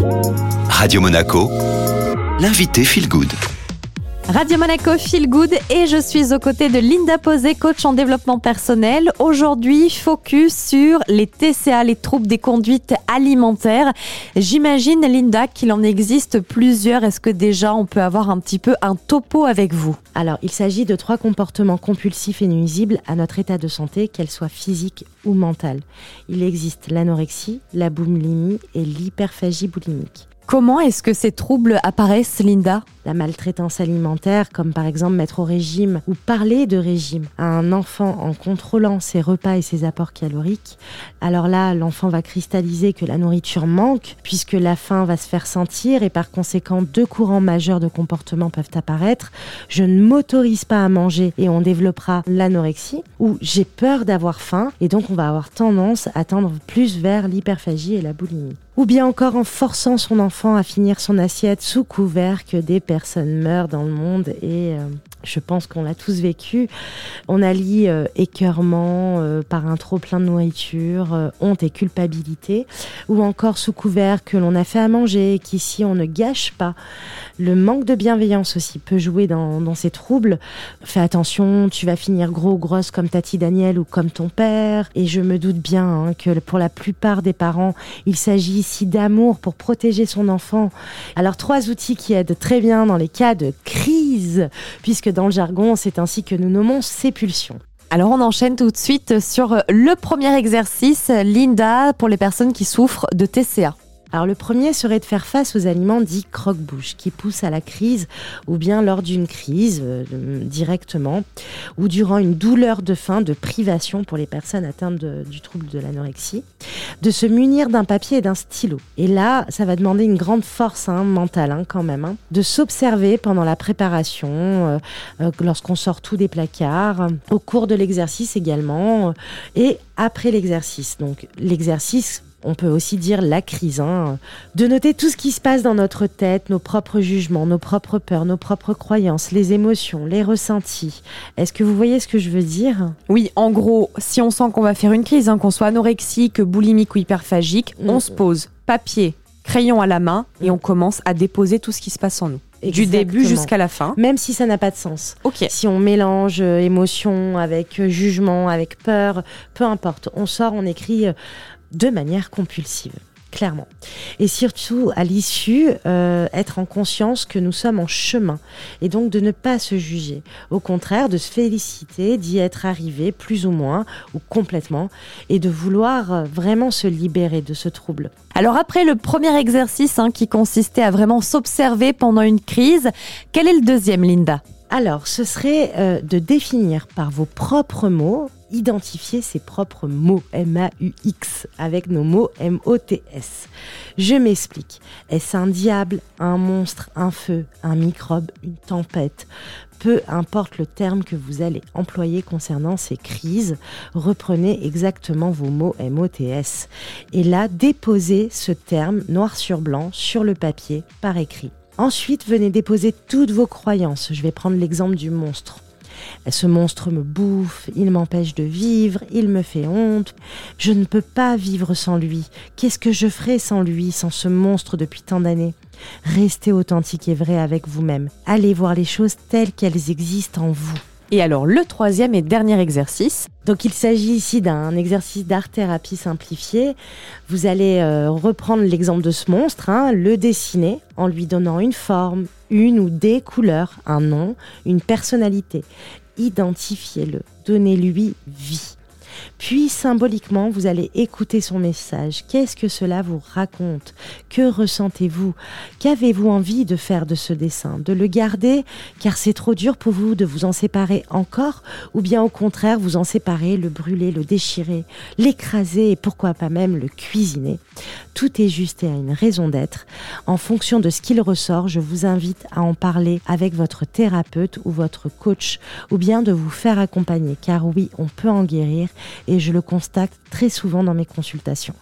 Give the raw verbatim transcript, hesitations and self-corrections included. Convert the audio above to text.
Radio Monaco, l'invité Feel Good. Radio Monaco Feel Good et je suis aux côtés de Linda Posé, coach en développement personnel. Aujourd'hui, focus sur les T C A, les troubles des conduites alimentaires. J'imagine, Linda, qu'il en existe plusieurs. Est-ce que déjà on peut avoir un petit peu un topo avec vous ? Alors, il s'agit de trois comportements compulsifs et nuisibles à notre état de santé, qu'elle soit physique ou mentale. Il existe l'anorexie, la boulimie et l'hyperphagie boulimique. Comment est-ce que ces troubles apparaissent, Linda ? La maltraitance alimentaire, comme par exemple mettre au régime ou parler de régime à un enfant en contrôlant ses repas et ses apports caloriques. Alors là, l'enfant va cristalliser que la nourriture manque puisque la faim va se faire sentir et par conséquent, deux courants majeurs de comportement peuvent apparaître. Je ne m'autorise pas à manger et on développera l'anorexie ou j'ai peur d'avoir faim et donc on va avoir tendance à tendre plus vers l'hyperphagie et la boulimie. Ou bien encore en forçant son enfant à finir son assiette sous couvert que des personnes meurent dans le monde et euh, je pense qu'on l'a tous vécu. On allie euh, écœurement euh, par un trop plein de nourriture, euh, honte et culpabilité, ou encore sous couvert que l'on a fait à manger et qu'ici on ne gâche pas. Le manque de bienveillance aussi peut jouer dans, dans ces troubles. Fais attention, tu vas finir gros ou grosse comme Tati Daniel ou comme ton père. Et je me doute bien hein, que pour la plupart des parents, il s'agit ici d'amour pour protéger son enfant. Alors trois outils qui aident très bien dans les cas de crise, puisque dans le jargon, c'est ainsi que nous nommons ces pulsions. Alors on enchaîne tout de suite sur le premier exercice, Linda, pour les personnes qui souffrent de T C A. Alors le premier serait de faire face aux aliments dits croque-bouche qui poussent à la crise ou bien lors d'une crise euh, directement ou durant une douleur de faim, de privation pour les personnes atteintes de, du trouble de l'anorexie, de se munir d'un papier et d'un stylo. Et là, ça va demander une grande force hein, mentale hein, quand même, hein, de s'observer pendant la préparation, euh, euh, lorsqu'on sort tout des placards, au cours de l'exercice également euh, et après l'exercice. Donc l'exercice, on peut aussi dire la crise, hein. De noter tout ce qui se passe dans notre tête, nos propres jugements, nos propres peurs, nos propres croyances, les émotions, les ressentis. Est-ce que vous voyez ce que je veux dire ? Oui, en gros, si on sent qu'on va faire une crise, hein, qu'on soit anorexique, boulimique ou hyperphagique, mmh. on se pose papier, crayon à la main et on commence à déposer tout ce qui se passe en nous. Exactement. Du début jusqu'à la fin. Même si ça n'a pas de sens. Okay. Si on mélange euh, émotion avec euh, jugement, avec peur, peu importe. On sort, on écrit... Euh, de manière compulsive, clairement. Et surtout, à l'issue, euh, être en conscience que nous sommes en chemin et donc de ne pas se juger. Au contraire, de se féliciter d'y être arrivé plus ou moins ou complètement et de vouloir vraiment se libérer de ce trouble. Alors après le premier exercice hein, qui consistait à vraiment s'observer pendant une crise, quel est le deuxième, Linda ? Alors, ce serait euh, de définir par vos propres mots, identifier ses propres mots, M A U X, avec nos mots M O T S. Je m'explique. Est-ce un diable, un monstre, un feu, un microbe, une tempête ? Peu importe le terme que vous allez employer concernant ces crises, reprenez exactement vos mots M O T S. Et là, déposez ce terme noir sur blanc sur le papier par écrit. Ensuite, venez déposer toutes vos croyances. Je vais prendre l'exemple du monstre. Ce monstre me bouffe, il m'empêche de vivre, il me fait honte. Je ne peux pas vivre sans lui. Qu'est-ce que je ferais sans lui, sans ce monstre depuis tant d'années ? Restez authentique et vrai avec vous-même. Allez voir les choses telles qu'elles existent en vous. Et alors, le troisième et dernier exercice. Donc, il s'agit ici d'un exercice d'art-thérapie simplifié. Vous allez euh, reprendre l'exemple de ce monstre, hein, le dessiner en lui donnant une forme, une ou des couleurs, un nom, une personnalité. Identifiez-le, donnez-lui vie. Puis, symboliquement, vous allez écouter son message. Qu'est-ce que cela vous raconte ? Que ressentez-vous ? Qu'avez-vous envie de faire de ce dessin ? De le garder, car c'est trop dur pour vous de vous en séparer encore ? Ou bien au contraire, vous en séparer, le brûler, le déchirer, l'écraser et pourquoi pas même le cuisiner ? Tout est juste et a une raison d'être. En fonction de ce qu'il ressort, je vous invite à en parler avec votre thérapeute ou votre coach, ou bien de vous faire accompagner, car oui, on peut en guérir. Et je le constate très souvent dans mes consultations.